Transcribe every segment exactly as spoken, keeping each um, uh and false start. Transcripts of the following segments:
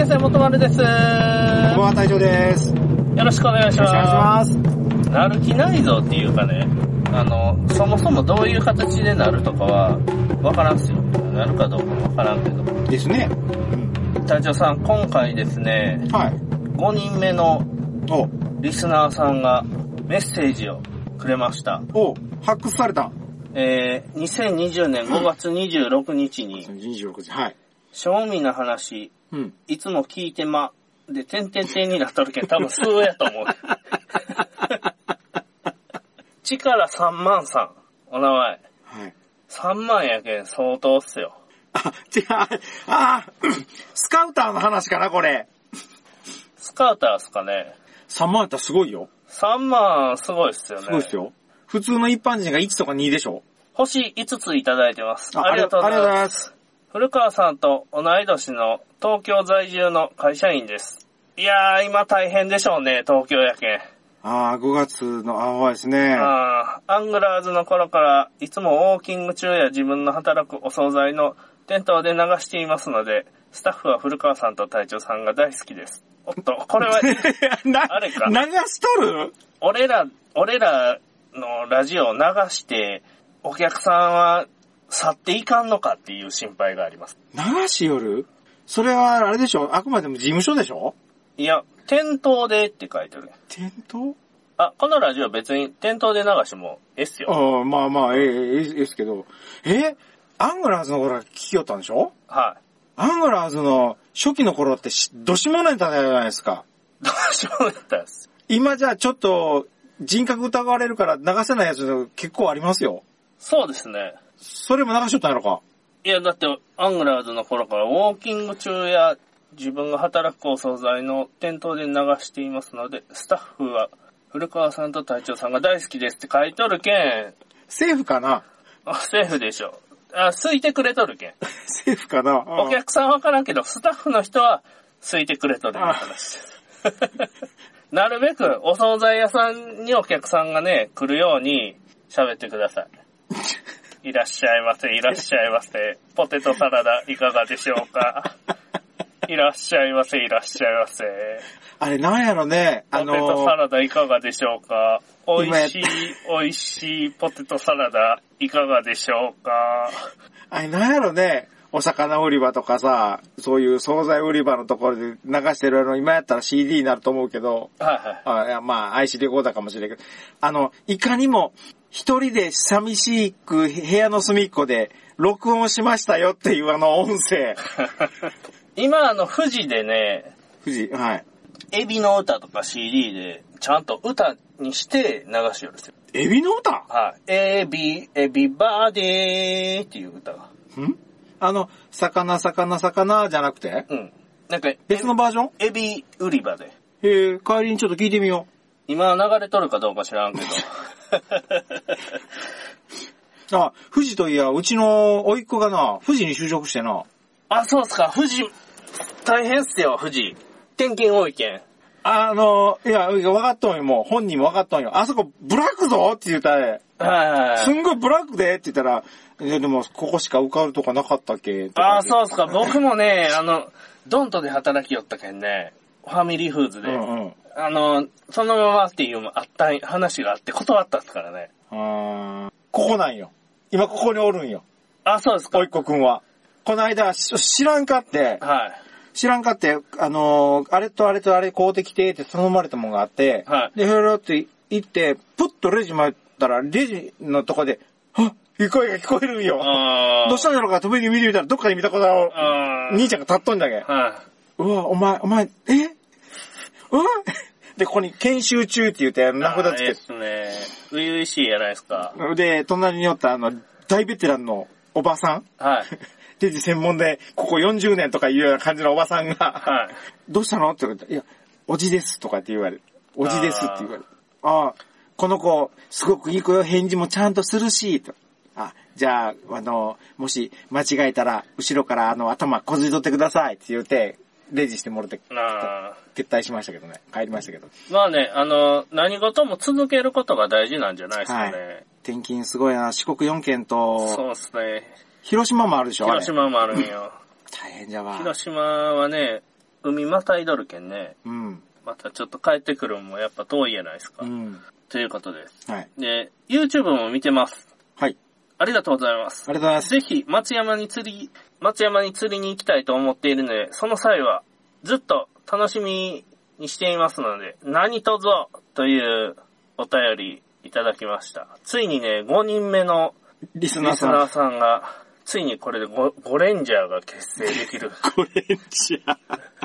先生、元丸です。こんばんは、隊長です。 よろしくお願いします。 よろしくお願いします。 なる気ないぞっていうかね、あの、そもそもどういう形でなるとかは、わからんすよ。なるかどうかもわからんけど。 ですね。 うん。隊長さん、今回ですね、 はい。 ごにんめのリスナーさんがメッセージをくれました。 お、発掘された。 えー、にせんにじゅうねんごがつにじゅうろくにちに、 にじゅうろくにち、はい。 正味な話、 うん、 いつも聞いてま、で、てんてんてんになっとるけん、多分数やと思う。力さんまんさん、お名前。 はい。 さんまんやけん相当っすよ。 あ、違う、あ、スカウターの話かな、これ。 スカウターっすかね。 さんまんやったらすごいよ。 さんまんすごいっすよね。 すごいっすよ。普通の一般人がいちとかにでしょ。 星いつついただいてます。 あ、ありがとうございます。 古川さんと同い年の東京在住の会社員です。いやー、今大変でしょうね、東京やけん。 ああ、ごがつの青ですね。 ああ、アングラーズの頃からいつもウォーキング中や自分の働くお惣菜の店頭で流していますので、スタッフは古川さんと隊長さんが大好きです。おっと、これは、あれか。 流しとる？ 俺ら、俺らのラジオを流して、お客さんは去っていかんのかっていう心配があります。 流しよる？それはあれでしょ？あくまでも事務所でしょ？ いや、店頭でって書いてる。 店頭？ あ、このラジオ別に店頭で流してもええっすよ。 ああ、まあまあ、ええ、ええですけど。えアングラーズの頃聞きよったんでしょ？ はい。 アングラーズの初期の頃ってどしもネタじゃないですか。 どしもネタです。 今じゃあちょっと人格疑われるから流せないやつ結構ありますよ。 そうですね。 それも流しとったんやろか？ いや、だってアングラーズの頃からウォーキング中や自分が働くお惣菜の店頭で流していますので、スタッフは古川さんと隊長さんが大好きですって書いとるけん。 セーフかな？ あ、セーフでしょ。あ、すいてくれとるけん。 セーフかな？ お客さんわからんけど、スタッフの人はすいてくれとるような話です。なるべくお惣菜屋さんにお客さんがね、来るように喋ってください。いらっしゃいませ、いらっしゃいませ。ポテトサラダいかがでしょうか？いらっしゃいませ、いらっしゃいませ。 あれなんやろね、 あのー、ポテトサラダいかがでしょうか？美味しい、美味しいポテトサラダいかがでしょうか？ あれなんやろね、お魚売り場とかさ、そういう惣菜売り場のところで流してるの、今やったら シーディー になると思うけど、 はいはい。 あいやまあ、アイシー レコーダーかもしれんけど、あの、いかにも一人で寂しく部屋の隅っこで録音しましたよっていうあの音声。 今あの、富士でね、 富士、はい。 エビの歌とか シーディー で、ちゃんと歌にして流しよるんですよ。 エビの歌？ はい。エビ、エビバーデーっていう歌が。 ん？あの、魚、魚、魚じゃなくて？ うん。なんか、 別のバージョン？ エビ売り場で。 へえ、帰りにちょっと聞いてみよう。 今流れとるかどうか知らんけど。 あ、富士といや、うちの甥っ子がな、富士に就職してな。 あ、そうっすか。富士、大変っすよ、富士。転勤多いけん。 あの、いや、分かっとんよ、もう。本人も分かっとんよ。あそこ、ブラックぞって言ったら、 はい。 すんごいブラックでって言ったら、いやでも、ここしか受かるとかなかったっけ？ ああ、そうっすか。僕もね、あの、ドントで働きよったけんね、ファミリーフーズで。うんうん。あの、そのままっていうのもあった、話があって断ったっすからね。 あー、ここなんよ。今ここにおるんよ。 あ、そうですか。 おいっ子くんは。この間、知らんかって、 はい。 知らんかって、あのー、あれとあれとあれ買うてきてって頼まれたものがあって、 はい。 で、ひょろって行って、プッとレジ回ったら、レジのとこで、はっ、声が聞こえるんよ。 あどうしたんやろか、飛びに見てみたら、どっかで見たことある。兄ちゃんが立っとんだけ。 はい。 うわ、お前、お前、えうわで、ここに研修中って言って、名札つけて。 ですね。ういういしいやないですか。 で、隣におったあの、大ベテランのおばさん。 はい。 レジ専門で、ここよんじゅうねんとかいうような感じのおばさんが、はい。どうしたのって言われて、いや、おじですとかって言われる。おじですって言われる。ああ、この子、すごくいい子よ、返事もちゃんとするし、と。あ、じゃあ、あの、もし間違えたら、後ろからあの、頭こずり取ってくださいって言って、レジしてもらって、撤退しましたけどね。帰りましたけど。 まあね、あの、何事も続けることが大事なんじゃないですかね。はい、 転勤すごいな。四国よんけんと、 そうですね。 広島もあるでしょ？ 広島もあるんよ。 大変じゃわ。 広島はね、 海またいどるけんね。 うん。 またちょっと帰ってくるのもやっぱ遠いやないですか。 うん。 ということです。 はい。 で、YouTube も見てます。 はい。 ありがとうございます。 ありがとうございます。 ぜひ、松山に釣り、松山に釣りに行きたいと思っているので、その際は、ずっと楽しみにしていますので、何とぞというお便りいただきました。ついにね、ごにんめのリスナーさん。 リスナーさんが、ついにこれで 5, 5レンジャーが結成できる。 ごレンジャー。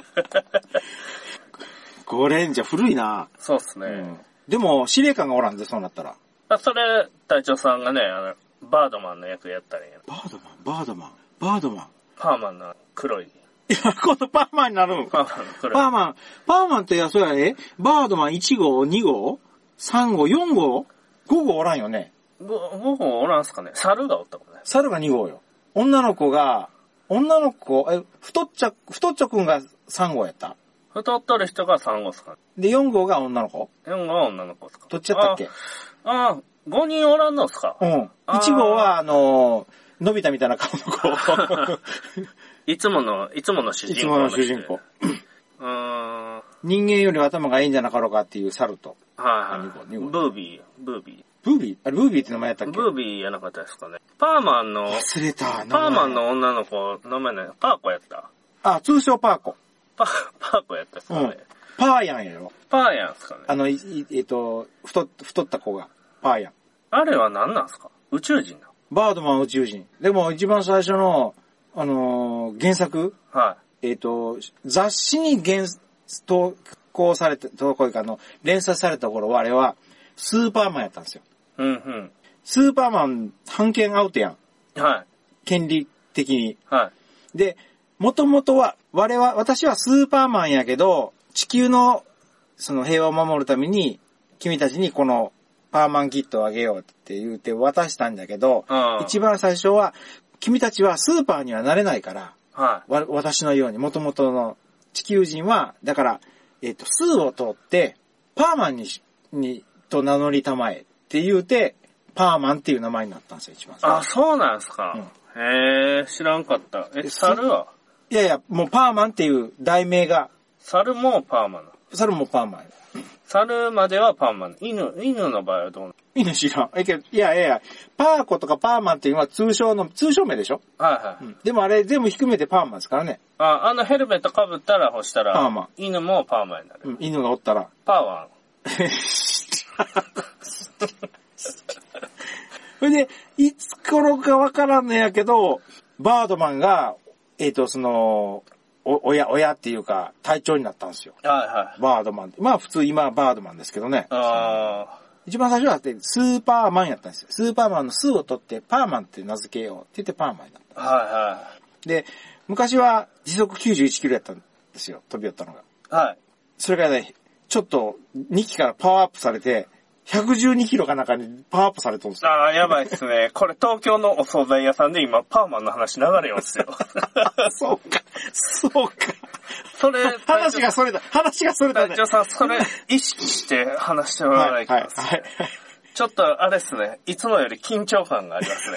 ごレンジャー、古いな。 そうっすね。うん、 でも、司令官がおらんで、そうなったら。 それ、隊長さんがね、あの、バードマンの役やったらいいや。 バードマン、バードマン、バードマン。 パーマンの黒い。 いや、このパーマンになるん。 パーマンの黒い。 パーマン、パーマンってや、そうやね。バードマンいち号、に号、さん号、よん号、ご号おらんよね。 ご、ご号おらんすかね。猿がおったもんね。 猿がに号よ。女の子が、女の子、え、太っちゃ、太っちょくんがさん号やった。 太っとる人がさん号っすかね。 で、よん号が女の子 ? よん 号は女の子っすか。 どっちやったっけ？ ああ、ごにんおらんのっすか。 うん。いち号は、あのー、のび太みたいな顔の子。 いつもの、いつもの主人公。 いつもの主人公。 うーん。 人間より頭がいいんじゃなかろうかっていう猿と。 はいはい。ブービー、ブービー。 ブービーあれ、ブービーって名前やったっけ？ ブービーやなかったですかね。パーマンの、 忘れた。 パーマンの女の子、名前ね、パーコやった。 あ、通称パーコ。 パ、パーコやったっすかね。うん、 パーヤンやろ。 パーヤンっすかね。 あの、い、いえっと、太、太った子が、パーヤン。 あれは何なんすか？宇宙人だ。 バードマン宇宙人。でも一番最初の、あのー、原作はい。 えっと、雑誌に原、投稿されて、投稿かの、連載された頃は、あれは、スーパーマンやったんですよ。 うんうん。 スーパーマン、判権アウトやん。 はい。 権利的に。 はい。 で、もともとは、我々、私はスーパーマンやけど、地球の、その平和を守るために、君たちにこの、パーマンキットをあげようって言って渡したんだけど、一番最初は、君たちはスーパーにはなれないから、 はい、 わ私のように、もともとの地球人は、だから、えっと、スーを通って、パーマンに、に、と名乗りたまえって言うて、パーマンっていう名前になったんですよ、一番最初。 あ、そうなんすか。うん、へえ、知らんかった。え、猿はいやいや、もうパーマンっていう題名が。 猿もパーマンな。 猿もパーマン。 猿まではパーマン。犬、犬の場合はどうなの？ 犬知らん。えけど、いやいやいや、パーコとかパーマンっていうのは通称の、通称名でしょ？ はいはい、 うん。でもあれ全部含めてパーマンですからね。 あ、あのヘルメット被ったら干したら、 パーマン。 犬もパーマンになる。 うん、犬がおったら。 パーワン。 それで、いつ頃かわからんのやけど、バードマンが、えっと、その、お、親、親っていうか、隊長になったんですよ。 はいはい。 バードマン。まあ普通今はバードマンですけどね。 ああ。 一番最初はって、スーパーマンやったんですよ。スーパーマンのスーを取って、パーマンって名付けようって言ってパーマンになった。 はいはい。 で、昔は時速きゅうじゅういちキロやったんですよ。飛び寄ったのが。 はい。 それからね、ちょっとにきからパワーアップされて、ひゃくじゅうにキロかなんかにパワーアップされてるんですよ。 ああ、やばいっすね。これ東京のお惣菜屋さんで今パーマンの話流れますよ。 そうか。そうか。 それ、 話がそれだ。話がそれだね。 隊長さん、それ意識して話してもらわないと、はいはいはい。ちょっとあれっすね。いつもより緊張感がありますね。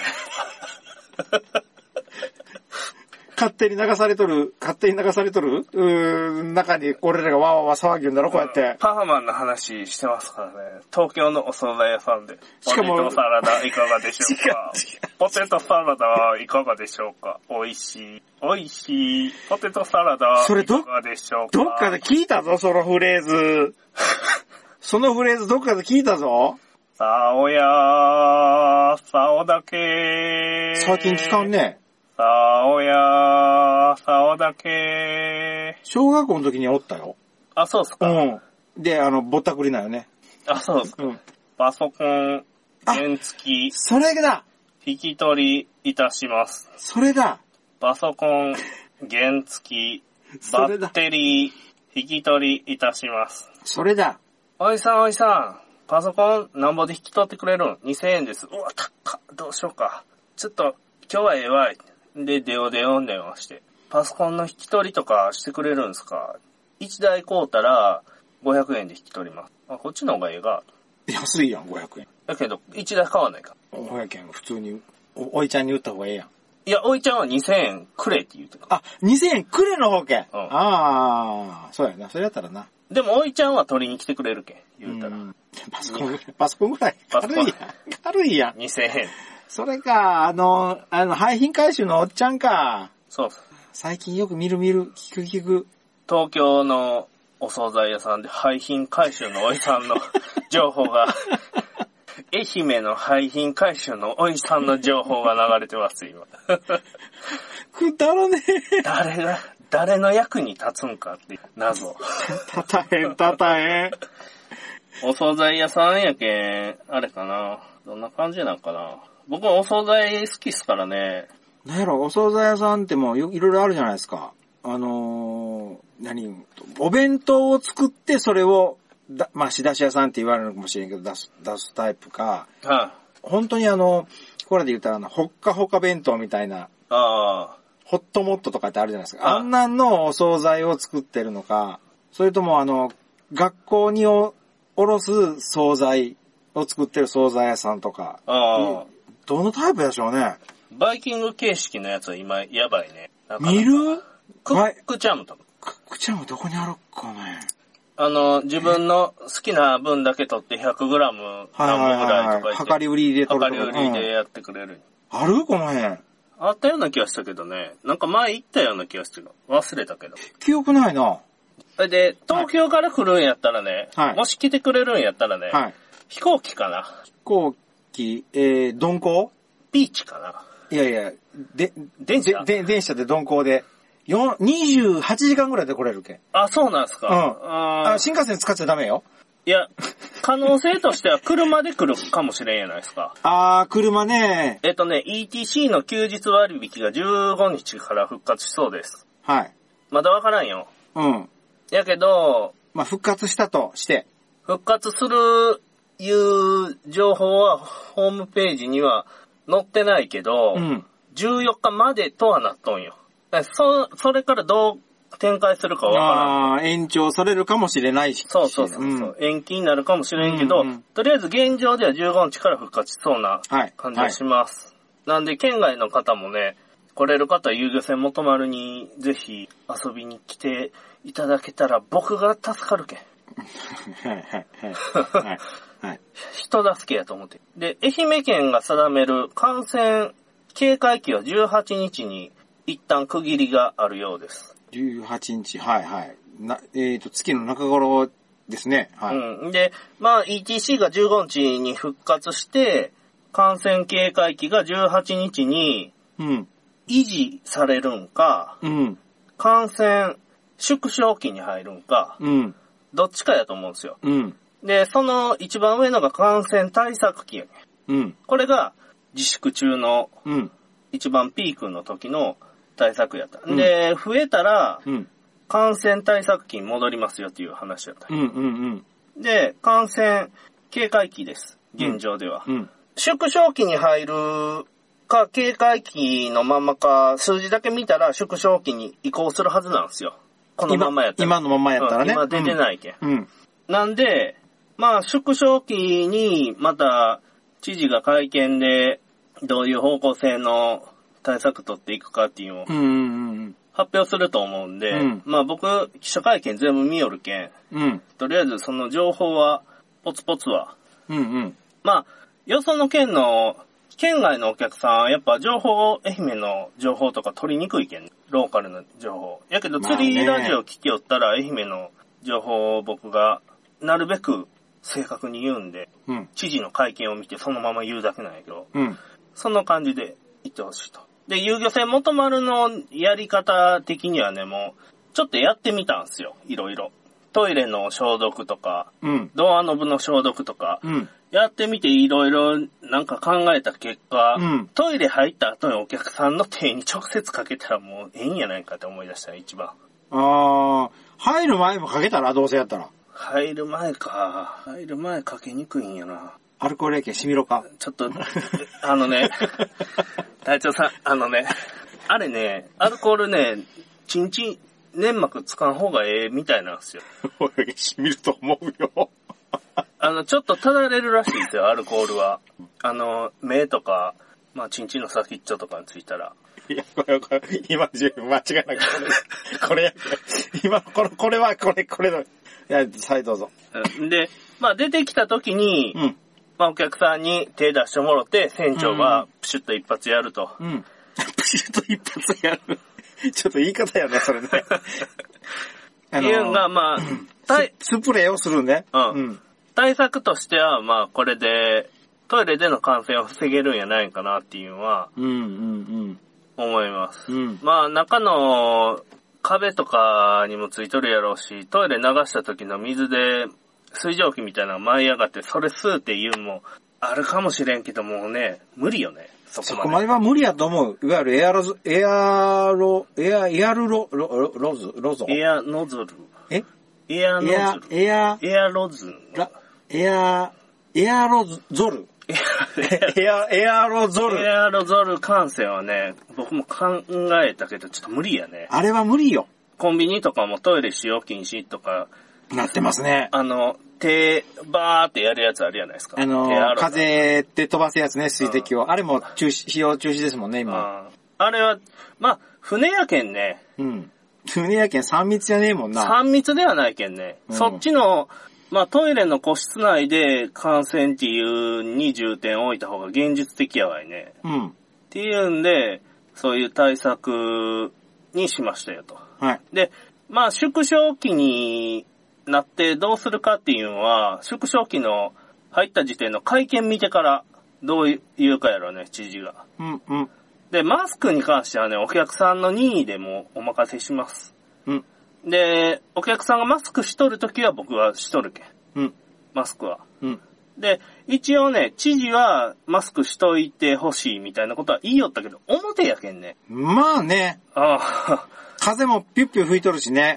勝手に流されとる、勝手に流されとる、うーん、中に俺らがわわわ騒ぎんだろ、こうやって。 パーマンの話してますからね。東京のお惣菜屋さんで。しかも、ポテトサラダいかがでしょうか。ポテトサラダはいかがでしょうか。美味しい。美味しい。ポテトサラダいかがでしょうか。 どっかで聞いたぞ、そのフレーズ。そのフレーズどっかで聞いたぞ。 さおやー、さおだけ最近聞かんね。 さおやー、さおだけ小学校の時におったよ。 あ、そうっすか。 うん。で、あの、ぼったくりなよね。 あ、そうっすか。うん。パソコン、原付き。 それだ引き取りいたします。 それだパソコン、原付き、バッテリー、引き取りいたします。 それだ。 おいさんおいさん、パソコンなんぼで引き取ってくれるん ?にせんえんです。うわ、高っ。どうしようか。ちょっと、今日はええわい。で、デオデオン電話して。パソコンの引き取りとかしてくれるんですか？いちだい買うたら、ごひゃくえんで引き取ります。あ、こっちの方がええが。 安いやん、ごひゃくえん。 だけど、いちだい買わないか。 ごひゃくえん、普通に、お、おいちゃんに売った方がええやん。 いや、おいちゃんはにせんえんくれって言ってた。 あ、にせんえんくれの方け。うん。ああ、そうやな。それやったらな。 でも、おいちゃんは取りに来てくれるけん。言うたら。 パソコン、パソコンぐらい。軽いやん。軽いやん。 にせんえん。 それか、あの、あの、廃品回収のおっちゃんか。 そうそう。 最近よく見る見る、聞く聞く。 東京のお惣菜屋さんで廃品回収のおじさんの情報が、愛媛の廃品回収のおじさんの情報が流れてます、今。 くだらねえ。 誰が、誰の役に立つんかって謎。 たたえん、たたえん。 お惣菜屋さんやけん、あれかな。どんな感じなんかな。僕はお惣菜好きっすからね。 なんやろ、お惣菜屋さんってもういろいろあるじゃないですか。あのー、何、お弁当を作ってそれを、だまあ仕出し屋さんって言われるのかもしれんけど、出す、出すタイプか。 はい、 本当にあの、これで言ったらあの、ほっかほか弁当みたいな。 ああ。 ホットモットとかってあるじゃないですか。あんなんのお惣菜を作ってるのか、それともあの、学校にお、おろす惣菜を作ってる惣菜屋さんとか。 ああ。 どのタイプでしょうね。 バイキング形式のやつは今やばいね。なかなか見るクックチャムとか。 クックチャムどこにあるかね。 あの、自分の好きな分だけ取って ひゃくグラム 何本ぐらいとか言って。 量り売りで取るとか。量り売りでやってくれる。 うん、あるこの辺。 あったような気がしたけどね。なんか前行ったような気がしてる。忘れたけど。 記憶ないな。 で、東京から来るんやったらね、はい、もし来てくれるんやったらね、はい、飛行機かな。 飛行機、えー、鈍行？ ビーチかな。 いやいや、で、 電車で、電車で鈍行で、よん、にじゅうはちじかんぐらいで来れるけん。 あ、そうなんですか。 うん。あ、新幹線使っちゃダメよ。 いや、可能性としては車で来るかもしれんやないですか。 あー、車ね。 えっとね、イーティーシー の休日割引がじゅうごにちから復活しそうです。 はい。 まだわからんよ。 うん。 やけど、 まあ、復活したとして。 復活するいう情報はホームページには載ってないけど、うん、じゅうよっかまでとはなっとんよ。そ、それからどう展開するかわからん。 ああ、延長されるかもしれないし。 そうそうそうそう、うん。延期になるかもしれんけど、うんうん、とりあえず現状ではじゅうごにちから復活しそうな感じがします。はいはい、なんで、県外の方もね、来れる方は遊漁船元丸にぜひ遊びに来ていただけたら僕が助かるけん。 はいはいはいはいはい、 人助けやと思って。で、愛媛県が定める感染警戒期はじゅうはちにちに一旦区切りがあるようです。 じゅうはちにち、はいはい。な、えっと、月の中頃ですね。はい。 うん。で、まあ、イーティーシー がじゅうごにちに復活して、感染警戒期がじゅうはちにちに維持されるんか、うん、感染縮小期に入るんか、うん、どっちかやと思うんですよ。うん、で、その一番上のが感染対策期やね。うん、これが自粛中の一番ピークの時の対策やった。うん、で、増えたら、感染対策期に戻りますよっていう話やった。うんうんうん、で、感染警戒期です。現状では。うんうん、縮小期に入るか、警戒期のままか、数字だけ見たら縮小期に移行するはずなんですよ。このままやったら。 今、今のままやったらね。 うん、今出てないけん。うんうん、なんで、まあ、縮小期にまた知事が会見でどういう方向性の対策取っていくかっていうのを発表すると思うんで、うん、まあ僕、記者会見全部見よるけん、うん、とりあえずその情報はポツポツは。うんうん、まあ、よその県の、県外のお客さんはやっぱ情報、愛媛の情報とか取りにくいけん、ローカルの情報。やけど釣りラジオ聞きよったら愛媛の情報を僕がなるべく正確に言うんで、うん、知事の会見を見てそのまま言うだけなんやけど、うん、そんな感じで言ってほしいと。で、遊漁船元丸のやり方的にはね、もう、ちょっとやってみたんすよ、いろいろ。トイレの消毒とか、うん、ドアノブの消毒とか、うん、やってみていろいろなんか考えた結果、うん、トイレ入った後にお客さんの手に直接かけたらもうええんやないかって思い出したね、一番。 あー、入る前もかけたらどうせやったら。 入る前か。入る前かけにくいんやな。 アルコールやけんしみろか。 ちょっと、あのね、隊長さん、あのね、あれね、アルコールね、ちんちん、粘膜つかん方がええみたいなんですよ。 しみると思うよ。 あの、ちょっとただれるらしいですよ、アルコールは。あの、目とか、まあ、ちんちんの先っちょとかについたら。 いや、これ、これ、今中間違いなくこれ、これ、今、これ、これは、これ、これの、いや、はい、どうぞ。 で、まあ出てきた時に、うん、まあお客さんに手出してもろて、船長がプシュッと一発やると。 うん。プシュッと一発やる。ちょっと言い方やね、それね。 っていうのが、まあ、 スプレーをするね。 うん。うん、対策としては、まあこれで、トイレでの感染を防げるんやないかなっていうのは、 うんうんうん。 思います。 うん、 まあ中の壁とかにもついとるやろうし、トイレ流した時の水で水蒸気みたいなのが舞い上がって、それ吸うっていうのもあるかもしれんけどもね、無理よね。そこまで。 そこまでは無理やと思う。いわゆるエアロズ、エアロ、エア、エアルロ、ロ、ロズ、ロゾ。 エアノズル。 えエアノズル。 エア、 エアロズ。 エア、エアロゾル。エア、エアロゾル。 エアロゾル感染はね、僕も考えたけどちょっと無理やね。 あれは無理よ。 コンビニとかもトイレ使用禁止とか。 なってますね。 あの、手、バーってやるやつあるじゃないですか。 あの、風で飛ばすやつね、水滴を。あれも中止、使用中止ですもんね、今。 あ, あれは、まあ、船やけんね。 うん。船やけんさん密じゃねえもんな。 さん密ではないけんね。うん、そっちの、まあトイレの個室内で感染っていうに重点を置いた方が現実的やわいね。 うん。 っていうんで、そういう対策にしましたよと。 はい。 で、まあ縮小期になってどうするかっていうのは、縮小期の入った時点の会見見てからどう言うかやろね、知事が。 うんうん。 で、マスクに関してはね、お客さんの任意でもお任せします。 うん。 で、お客さんがマスクしとるときは僕はしとるけん。 うん。 マスクは。 うん。 で、一応ね、知事はマスクしといてほしいみたいなことは言いよったけど、表やけんね。 まあね。 ああ。 風もピュッピュ吹いとるしね。 うん。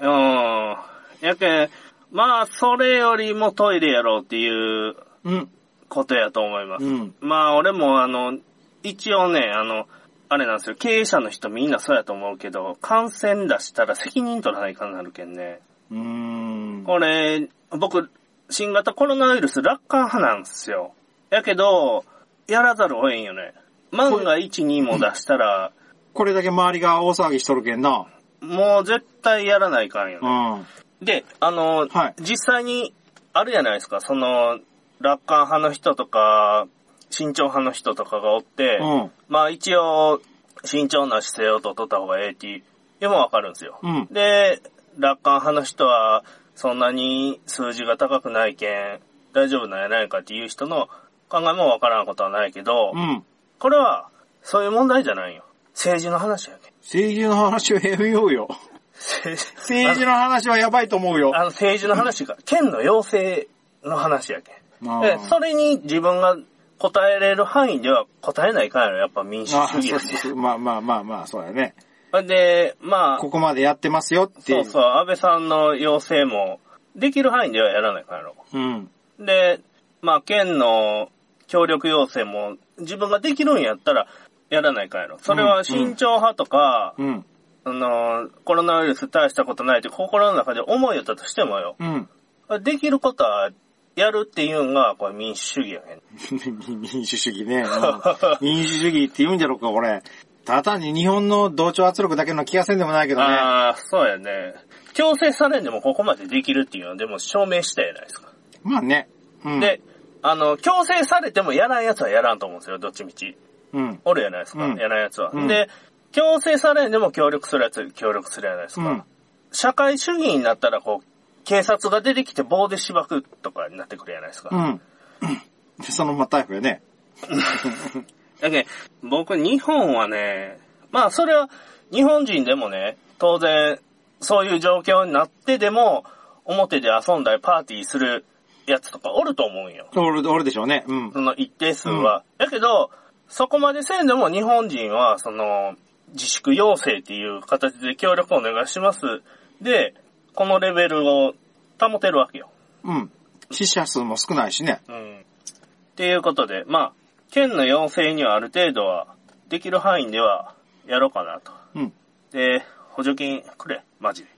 やけん、まあ、それよりもトイレやろうっていうことやと思います。 うん。 まあ、俺もあの、一応ね、あの、あれなんですよ、経営者の人みんなそうやと思うけど、感染出したら責任取らないかんなるけんね。 うーん。 これ、僕、新型コロナウイルス楽観派なんですよ。やけど、やらざるを得んよね。万が一にも出したら、 これだけ周りが大騒ぎしとるけんな。 もう絶対やらないかんよね。 うん、で、あの、はい、実際にあるじゃないですか、その、楽観派の人とか、慎重派の人とかがおって、 うん、 まあ一応、慎重な姿勢を取っとった方がええっていうのもわかるんですよ。 うん、 で、楽観派の人は、そんなに数字が高くないけん、大丈夫なんやないかっていう人の考えもわからんことはないけど、 うん、 これは、そういう問題じゃないよ。政治の話やけん。 政治の話はやめようよ。政治の話はやばいと思うよ。 あの政治の話が、県の要請の話やけん。で、それに自分が答えれる範囲では答えないかんやろ、やっぱ民主主義やし。 まあまあまあまあ、そうやね。 で、まあ。 ここまでやってますよっていう。 そうそう、安倍さんの要請も、できる範囲ではやらないかんやろ。 うん。 で、まあ、県の協力要請も、自分ができるんやったら、やらないかんやろ。それは慎重派とか、 うん。 あの、コロナウイルス大したことないって心の中で思いよったとしてもよ。 うん。 できることは、やるっていうのが、これ民主主義やねん。民主主義ね。民主主義って言うんじゃろうか、これ。ただ単に日本の同調圧力だけの気がせんでもないけどね。 ああ、そうやね。強制されんでもここまでできるっていうのはでも証明したやないですか。 まあね。 うん、で、あの、強制されてもやらんやつはやらんと思うんですよ、どっちみち。 うん。 おるやないですか、うん、やらんやつは、 うん。 で、強制されんでも協力するやつ、協力するやないですか。 うん、 社会主義になったらこう、警察が出てきて棒で縛くとかになってくるやないですか。 うん。そのままタイプやね。 だけど、僕、日本はね、まあ、それは、日本人でもね、当然、そういう状況になってでも、表で遊んだりパーティーするやつとかおると思うんよ。 おる、おるでしょうね。うん。 その一定数は。だ、うん、けど、そこまでせんでも日本人は、その、自粛要請っていう形で協力お願いします。で、このレベルを保てるわけよ。 うん。死者数も少ないしね。 うん。っていうことで、まあ、県の要請にはある程度は、できる範囲ではやろうかなと。 うん。 で、補助金くれ、マジで。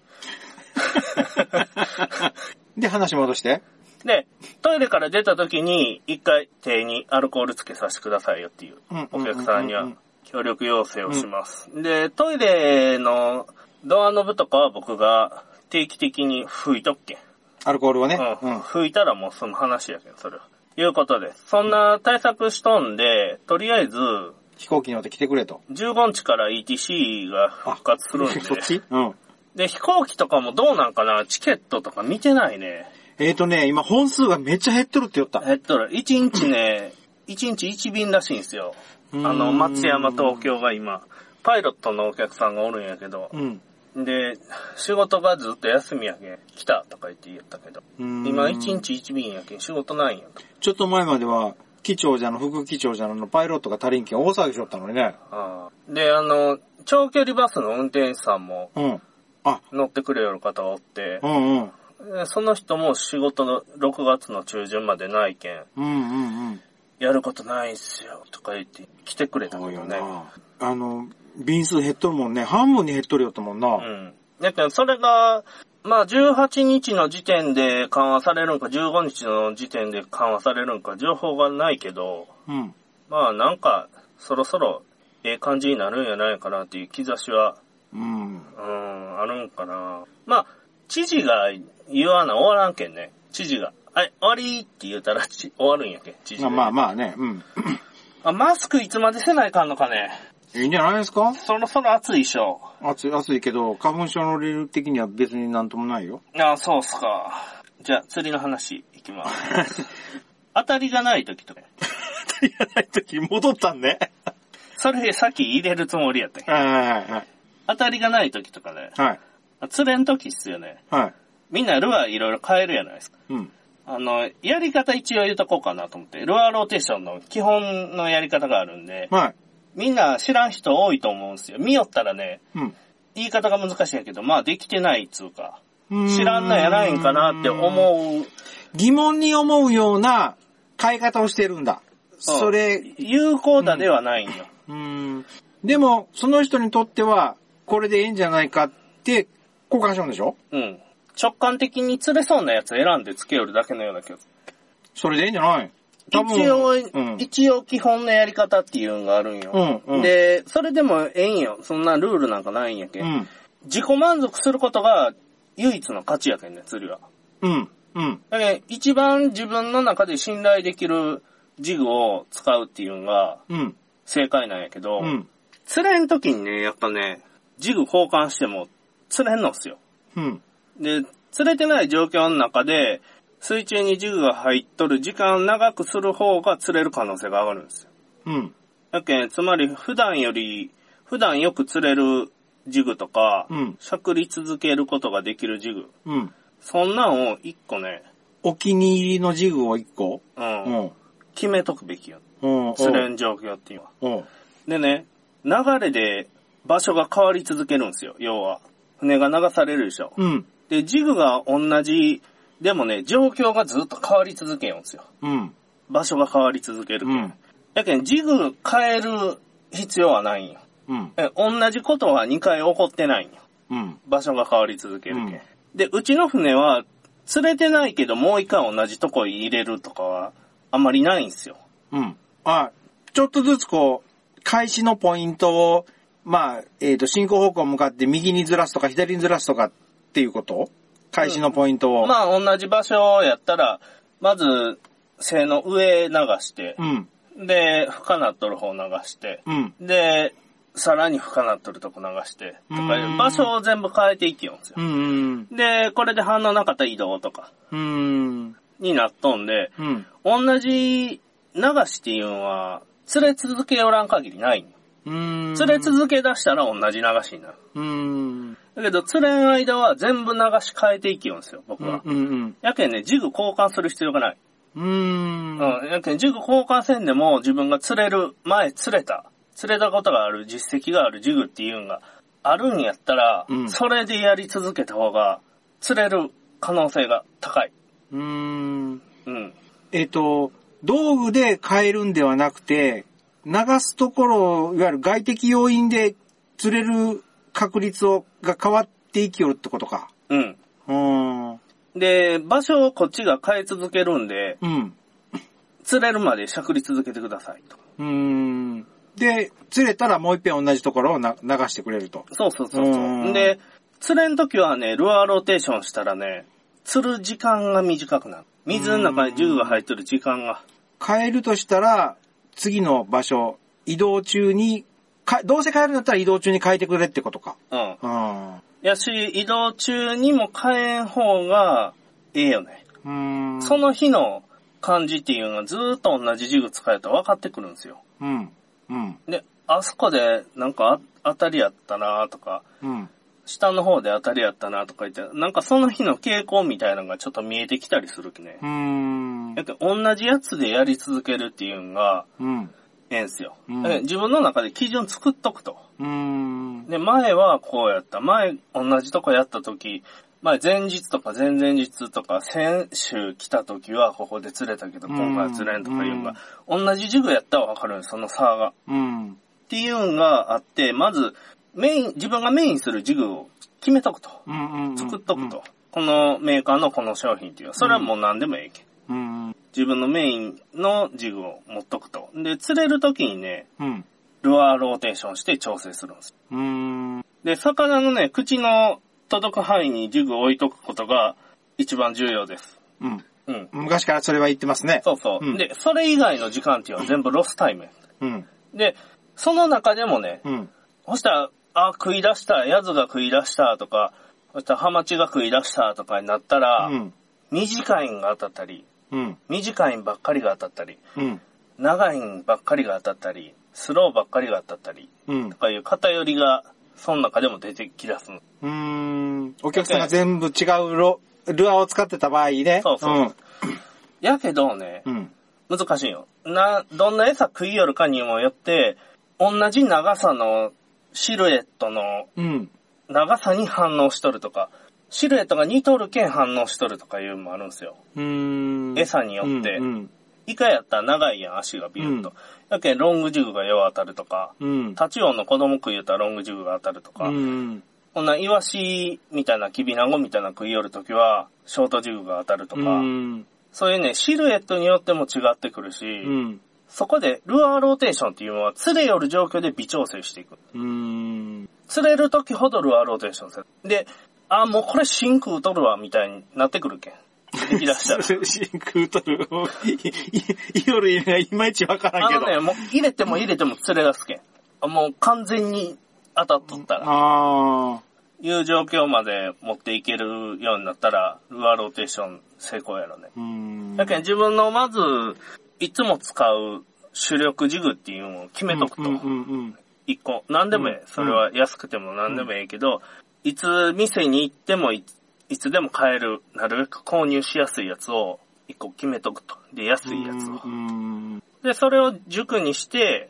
で、話戻して。 で、トイレから出た時に、一回手にアルコールつけさせてくださいよっていう、お客さんには協力要請をします。うん、で、トイレのドアノブとかは僕が定期的に拭いとっけん。 アルコールをね。 うん。うん、拭いたらもうその話やけん、それは。いうことです。そんな対策しとんで、とりあえず、 飛行機に乗って来てくれと。 じゅうごにちから イーティーシー が復活するんで。 そっちうん。 で、飛行機とかもどうなんかな、チケットとか見てないね。 えーとね、今本数がめっちゃ減っとるって言った。 減っとる。いちにちね、いちにちいち便らしいんですよ。あの、松山東京が今、パイロットのお客さんがおるんやけど、うん、で、仕事がずっと休みやけん、来たとか言って言ったけど、今いちにちいち便やけん仕事ないんやと。 ちょっと前までは、機長じゃの、副機長じゃのパイロットが足りんけん大騒ぎしとったのにね。 あで、あの、長距離バスの運転手さんも、うん、あ乗ってくれよる方がおって、うんうん、その人も仕事のろくがつの中旬までないけん、うんうんうん、やることないんすよ、とか言って来てくれたけどね。 あの、便数減っとるもんね。半分に減っとるよってもんな。 うん。だけど、それが、まあ、じゅうはちにちの時点で緩和されるんか、じゅうごにちの時点で緩和されるんか、情報がないけど、うん。まあ、なんか、そろそろ、ええ感じになるんやないかなっていう兆しは、うん。うん、あるんかな。まあ、知事が言わな終わらんけんね。知事が。はい、終わりって言うたら終わるんやけん、知事が。 まあまあね、うん。 あ、マスクいつまでせないかんのかね。 いいんじゃないですか？ そろそろ暑いっしょ。 暑い、暑いけど、花粉症のレベル的には別になんともないよ。 ああ、そうっすか。じゃあ、釣りの話いきます。当たりがない時とか。 当たりがない時戻ったんね。 それさっき入れるつもりやったけど。 はいはいはい。 当たりがない時とかね。はい。釣れん時っすよね。はい。みんなルアーいろいろ変えるやないですか。うん。あの、やり方一応言うとこうかなと思って、ルアーローテーションの基本のやり方があるんで。はい。みんな知らん人多いと思うんですよ。見よったらね、うん、言い方が難しいけど、まあできてないっつうか、う知らんのやないんかなって思う。 疑問に思うような変え方をしてるんだ。それ。 有効だではないんよ。 うん、うんでも、その人にとっては、これでいいんじゃないかって交換しようんでしょ？ うん。直感的に釣れそうなやつ選んでつけよるだけのような気がする。 それでいいんじゃない？ 一応、うん、一応基本のやり方っていうのがあるんよ、うんうん。で、それでもええんよ。そんなルールなんかないんやけ、うん。自己満足することが唯一の価値やけんね、釣りは。うん。うん。だけど一番自分の中で信頼できるジグを使うっていうのが正解なんやけど、うん、釣れん時にね、やっぱね、ジグ交換しても釣れんのっすよ。うん。で、釣れてない状況の中で、水中にジグが入っとる時間長くする方が釣れる可能性が上がるんですよ。うん。だけん、つまり普段より、普段よく釣れるジグとか、うん、しゃくり続けることができるジグ。うん。そんなんを一個ね。 お気に入りのジグを一個うん。うん、決めとくべきよ。うん。釣れん状況っていうのは。うん。でね、流れで場所が変わり続けるんですよ。要は。船が流されるでしょ。うん。で、ジグが同じ、でもね、状況がずっと変わり続けるんですよ。うん。場所が変わり続ける。うん。だけど、ジグ変える必要はないんよ。うん。え、同じことはにかい起こってないんよ。うん。場所が変わり続けるけん。うん、で、うちの船は、釣れてないけど、もう一回同じとこ入れるとかは、あんまりないんですよ。 うん。あ、ちょっとずつこう、開始のポイントを、まあ、えっと、進行方向向かって右にずらすとか左にずらすとかっていうこと開始のポイントを。 うん、まあ、同じ場所やったら、まず、背の上流して、うん、で、深なっとる方流して、うん、で、さらに深なっとるとこ流して、とかいう場所を全部変えていきよんですよ。うん、で、これで反応なかったら移動とか、うん、になっとんで、うん、同じ流しっていうのは、釣れ続けおらん限りないんよ。うん、釣れ続け出したら同じ流しになる。うん、だけど、釣れん間は全部流し変えていきよんですよ、僕は。うんうんうん、やけんね、ジグ交換する必要がない。うーん。うん。やけん、ジグ交換せんでも自分が釣れる、前釣れた、釣れたことがある、実績があるジグっていうのがあるんやったら、うん、それでやり続けた方が釣れる可能性が高い。うーん。うん。えっと、道具で変えるんではなくて、流すところ、いわゆる外的要因で釣れる確率をが変わっていきよるってことか。うん。うーん。で、場所をこっちが変え続けるんで、うん。釣れるまでしゃくり続けてくださいと。うーん。 で、釣れたらもう一遍同じところをな流してくれると。 そうそうそうそう。で、釣れんときはね、ルアーローテーションしたらね、釣る時間が短くなる。水の中にジグが入ってる時間が。 変えるとしたら、次の場所、移動中に、かどうせ変えるんだったら移動中に変えてくれってことか。 うん。 うん。 やし、移動中にも変えん方がええよね。 うーん。 その日の感じっていうのがずーっと同じジグ使えたら分かってくるんですよ。 うん。うん。 で、あそこでなんか当たりやったなとか、 うん。 下の方で当たりやったなとか言って、なんかその日の傾向みたいなのがちょっと見えてきたりするきね。 うーん。 だけど同じやつでやり続けるっていうのが、 うん。 ええんすよ。 うん、 自分の中で基準作っとくと。 うーん。 で、前はこうやった。前、同じとこやった時、前前日とか前々日とか先週来た時はここで釣れたけど、今回は釣れんとかいうのが、同じジグやったらわかるんです、その差が。 うん。 っていうのがあって、まず、メイン、自分がメインするジグを決めとくと。 うんうん、 作っとくと。このメーカーのこの商品っていう。それはもう何でもええけん。 うん、 自分のメインのジグを持っとくと。で、釣れるときにね、 うん、 ルアーローテーションして調整するんです。 うん、 で、魚のね、口の届く範囲にジグを置いとくことが一番重要です。 うん。 うん。 昔からそれは言ってますね。 そうそう。うん、で、それ以外の時間っていうのは全部ロスタイム。 うん。 で、その中でもね、 うん。 そしたら、あ、食い出した、ヤズが食い出したとか、そしたらハマチが食い出したとかになったら、うん、短いんが当たったり、うん、短いんばっかりが当たったり、うん、長いんばっかりが当たったり、スローばっかりが当たったり、うん、とかいう偏りが、その中でも出てきだすの。 うーん。お客さんが全部違うロルアーを使ってた場合ね。 そうそう。うん、やけどね、うん、難しいよ。な、どんな餌食いよるかにもよって、同じ長さのシルエットの長さに反応しとるとか、シルエットが似とるけん反応しとるとかいうのもあるんですよ。 うーん。 餌によって。 うんうん、 イカやったら長いやん、足がビュッと。だ、うん、けんロングジグがよう当たるとか、うん、タチウオの子供食い言ったらロングジグが当たるとか、うん、こんなイワシみたいなキビナゴみたいな食いよるときは、ショートジグが当たるとか、うん、そういうね、シルエットによっても違ってくるし、うんそこで、ルアーローテーションっていうのは、釣れよる状況で微調整していく。 うーん釣れる時ほどルアーローテーションする。で、あ、もうこれ真空取るわ、みたいになってくるけん。できだしたら。 真空取る。いよる意味がいまいちわからんけど。 あのね、もう入れても入れても釣れ出すけん。もう完全に当たっとったら。 ああ。 いう状況まで持っていけるようになったら、ルアーローテーション成功やろね。 うーんだけど自分のまず、いつも使う主力ジグっていうのを決めとくと。 うんうんうんうん、 一個。何でもええ。それは安くても何でもええけど、うん、いつ店に行ってもい、いつでも買える、なるべく購入しやすいやつを一個決めとくと。で、安いやつを。 うんうん、 で、それを軸にして、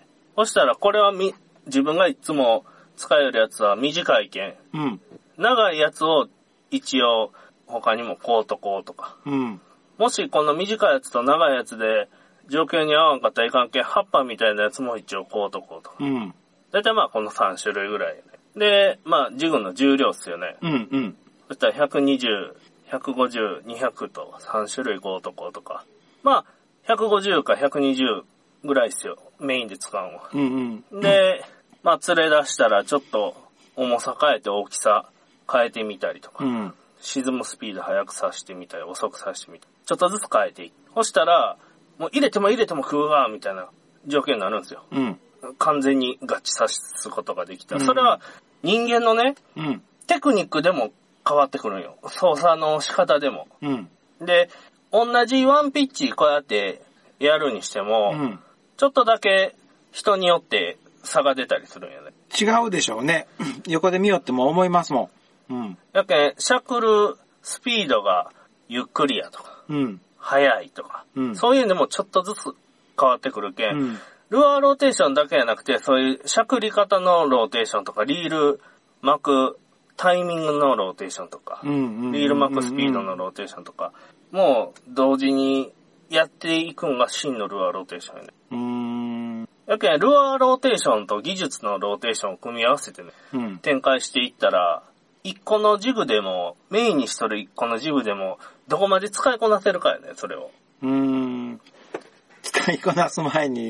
そしたらこれはみ、自分がいつも使えるやつは短いけん。 うん、 長いやつを一応他にもこうとこうとか。 うん、 もしこの短いやつと長いやつで、状況に合わんかったらいかんけん、葉っぱみたいなやつも一応こうとこうと。 うん。 だいたいまあこのさん種類ぐらい、ね。で、まあジグの重量っすよね。 うんうん。 そしたらひゃくにじゅう、ひゃくごじゅう、にひゃくとさん種類こうとこうとか。まあ、ひゃくごじゅうかひゃくにじゅうぐらいっすよ。メインで使うのは。 うんうん。 で、まあ釣れ出したらちょっと重さ変えて大きさ変えてみたりとか。 うん。 沈むスピード速くさしてみたり、遅くさしてみたり。ちょっとずつ変えていく。そしたら、もう入れても入れても食うわ、みたいな状況になるんですよ。 うん。 完全に合致さすことができた。うん、それは人間のね、 うん、 テクニックでも変わってくるんよ。操作の仕方でも。 うん、 で、同じワンピッチこうやってやるにしても、うん、ちょっとだけ人によって差が出たりするんよね。 違うでしょうね。横で見よっても思いますもん。うん。 やけん、しゃくるスピードがゆっくりやとか。 うん早いとか、うん、そういうのもちょっとずつ変わってくるけん、うん、ルアーローテーションだけじゃなくて、そういうしゃくり方のローテーションとか、リール巻くタイミングのローテーションとか、 うんうんうんうん、 リール巻くスピードのローテーションとか、もう同時にやっていくのが真のルアーローテーションやね。 うーんやけん、ルアーローテーションと技術のローテーションを組み合わせてね、 うん、 展開していったら、一個のジグでも、メインにしとる一個のジグでも、どこまで使いこなせるかやね、それを。 うーん。使いこなす前に、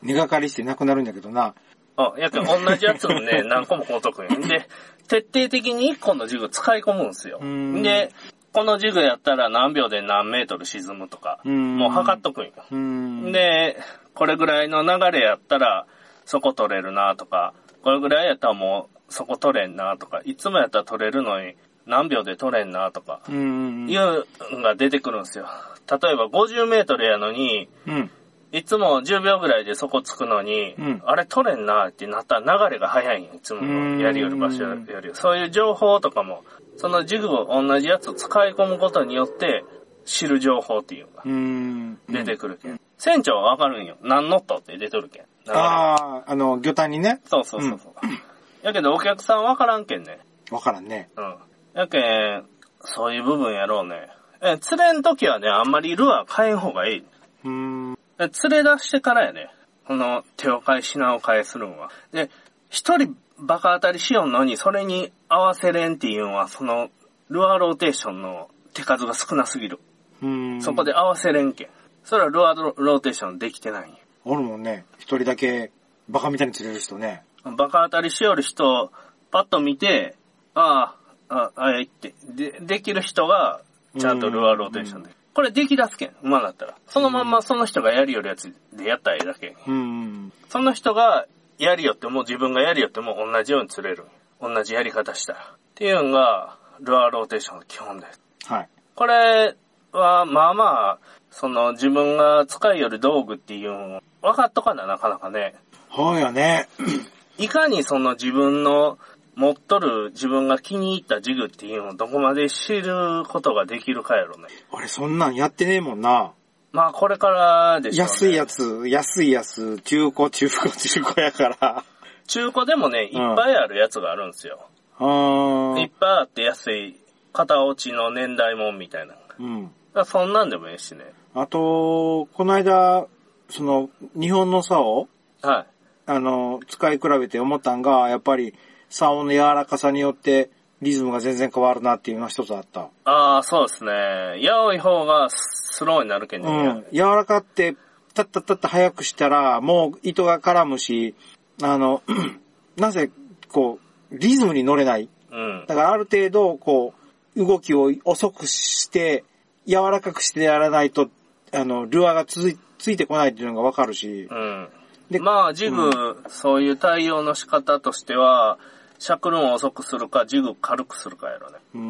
根がかりしてなくなるんだけどな。 あ、やけん同じやつをね、何個も買うとくんや。で、徹底的にいっこのジグ使い込むんですよ。で、このジグやったら何秒で何メートル沈むとか、もう測っとくんよ。で、これぐらいの流れやったらそこ取れるなとか、これぐらいやったらもうそこ取れんなとか、いつもやったら取れるのに何秒で取れんなとか、いうのが出てくるんですよ。例えばごじゅうメートルやのに、うんいつもじゅうびょうぐらいでそこつくのに、うん、あれ取れんなってなったら流れが早いんよ。いつものやりよる場所より。そういう情報とかも、そのジグを同じやつを使い込むことによって知る情報っていうのが出てくるけん。うん、船長はわかるんよ。何ノットって出とるけん。 ああ、あの、魚探にね。 そうそうそうそう、うん。やけどお客さんわからんけんね。 わからんね。 うん。やけん、そういう部分やろうね。え、釣れんときはね、あんまりルアー変えん方がいい。うーん釣れ出してからやね。この手を変え品を変えするんは。で、一人バカ当たりしよんのにそれに合わせれんっていうのはそのルアーローテーションの手数が少なすぎる。うーんそこで合わせれんけん。それはルアーローテーションできてないんよ。 おるもんね。一人だけバカみたいに釣れる人ね。 バカ当たりしよる人、パッと見て、ああ、ああ、あいって。で、できる人がちゃんとルアーローテーションで。これでき出すけん、馬だったら。そのまんまその人がやりよるやつでやったらええだけ。うん。その人がやりよっても自分がやりよっても同じように釣れる。同じやり方したら。っていうのが、ルアーローテーションの基本です。はい。これは、まあまあ、その自分が使いよる道具っていうのを分かっとかな、なかなかね。 そうよね。 いかにその自分の持っとる自分が気に入ったジグっていうのをどこまで知ることができるかやろね。 俺そんなんやってねえもんな。 まあこれからでしょうね。 安いやつ、安いやつ、中古、中古、中古やから。 中古でもね、いっぱいあるやつがあるんですよ。うん、いっぱいあって安い、片落ちの年代もんみたいな。うん。だそんなんでもいいしね。 あと、この間、その、日本の竿はい。あの、使い比べて思ったんが、やっぱり、竿の柔らかさによってリズムが全然変わるなっていうのが一つあった。 ああ、そうですね。やおい方がスローになるけんね。 うん。柔らかって、タッタッタッタ早くしたら、もう糸が絡むし、あの、なぜ、こう、リズムに乗れない。うん。だからある程度、こう、動きを遅くして、柔らかくしてやらないと、あの、ルアーがつい、ついてこないっていうのがわかるし。うん。 でまあ、ジグ、うん、そういう対応の仕方としては、シャクルンを遅くするか、ジグ軽くするかやろね。 うん。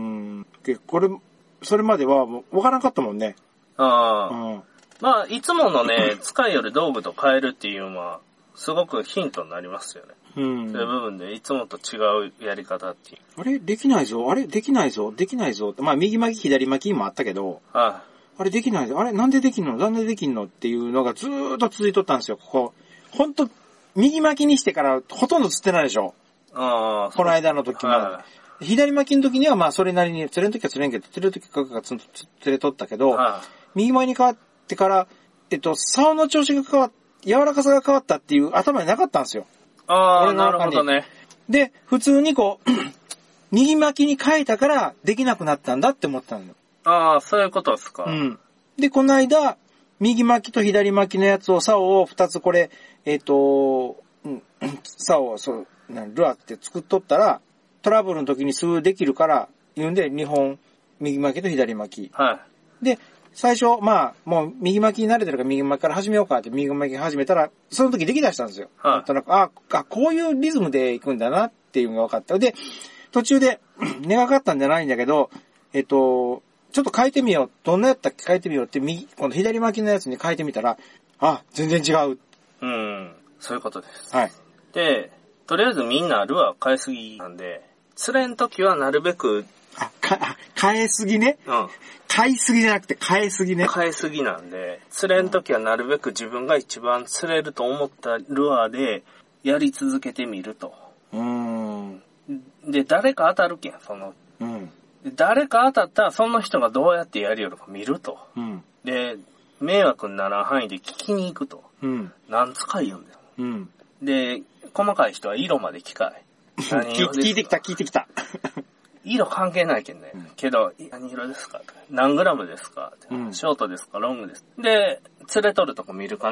で、これ、それまではもう分からなかったもんね。ああ。うん。まあ、いつものね、使いよる道具と変えるっていうのは、すごくヒントになりますよね。うん。そういう部分で、いつもと違うやり方っていう。 あれできないぞあれできないぞできないぞまあ、右巻き、左巻きもあったけど、はい。あれできないぞあれなんでできんのなんでできんのっていうのがずーっと続いとったんですよ、ここ。ほんと、右巻きにしてからほとんど釣ってないでしょ。ああ。この間の時も。はい、左巻きの時にはまあそれなりに、釣れん時は釣れんけど、釣れる時は釣れとったけど、はい、右巻きに変わってから、えっと、竿の調子が変わっ、柔らかさが変わったっていう頭になかったんですよ。 ああ、なるほどね。 で、普通にこう、右巻きに変えたからできなくなったんだって思ったんだよ。 ああ、そういうことですか。 うん。で、この間、右巻きと左巻きのやつを、竿を二つこれ、えっと、うん、竿を、そう、ルアーって作っとったら、トラブルの時にすぐできるから、言うんで、にほん、右巻きと左巻き。はい。で、最初、まあ、もう右巻きに慣れてるから右巻きから始めようかって右巻き始めたら、その時できだしたんですよ。はい。なんとなく、あ、あ、こういうリズムで行くんだなっていうのが分かった。で、途中で、根がかかったんじゃないんだけど、えっと、ちょっと変えてみよう。どんなやったっけ変えてみようって、右、この左巻きのやつに変えてみたら、あ、全然違う。 うん、そういうことです。はい。で、とりあえずみんなルアー変えすぎなんで、釣れんときはなるべく、 あ、か、変えすぎね。うん。買いすぎじゃなくて変えすぎね。 変えすぎなんで、釣れんときはなるべく自分が一番釣れると思ったルアーでやり続けてみると。うーん。で、誰か当たるけん、その。うん。誰か当たったらその人がどうやってやりよるか見ると。うん。で、迷惑にならん範囲で聞きに行くと。うん。何使い言うんだよ。うん。で、細かい人は色まで聞かない。 聞いてきた、聞いてきた。 色関係ないけんね。うん、けど、何色ですか何グラムですか、うん、ショートですかロングですかで、釣れとるとこ見るかね。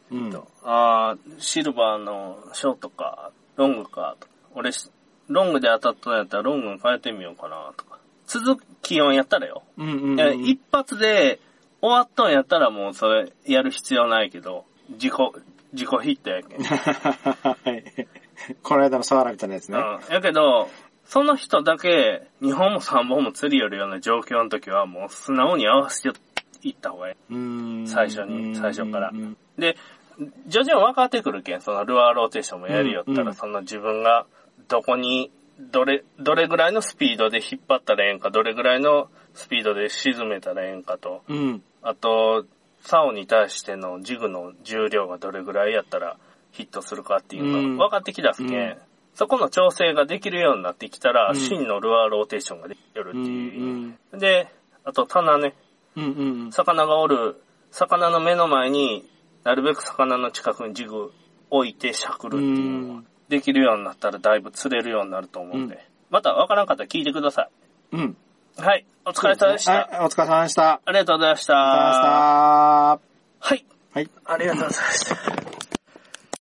うん、 あー、シルバーのショートか、ロングか、と俺、ロングで当たったんやったらロングに変えてみようかな、とか。続き音やったらよ。 うんうんうん、 一発で終わったんやったらもうそれやる必要ないけど、自己、自己ヒットやけん。 はい。この間のサワラみたいなやつね。 うん。やけど、その人だけにほんもさんぼんも釣り寄るような状況の時はもう素直に合わせていった方がいい。 うーん最初に、最初から。で、徐々に分かってくるけん、そのルアーローテーションもやりよったら、うんうん、その自分がどこに、どれ、どれぐらいのスピードで引っ張ったらええんか、どれぐらいのスピードで沈めたらええんかと、 うん、 あと、竿に対してのジグの重量がどれぐらいやったらヒットするかっていうのが分かってきだすけん、うん、そこの調整ができるようになってきたら、うん、真のルアーローテーションができるっていう、 うんうん。で、あと棚ね、 うんうんうん、 魚がおる、魚の目の前になるべく魚の近くにジグ置いてしゃくるっていうのができるようになったらだいぶ釣れるようになると思うんで、うん、また分からんかったら聞いてください。 うん。 はい。お疲れ様でした。 はい。お疲れ様でした。 ありがとうございました。 ありがとうございました。 はい。 はい。 ありがとうございました。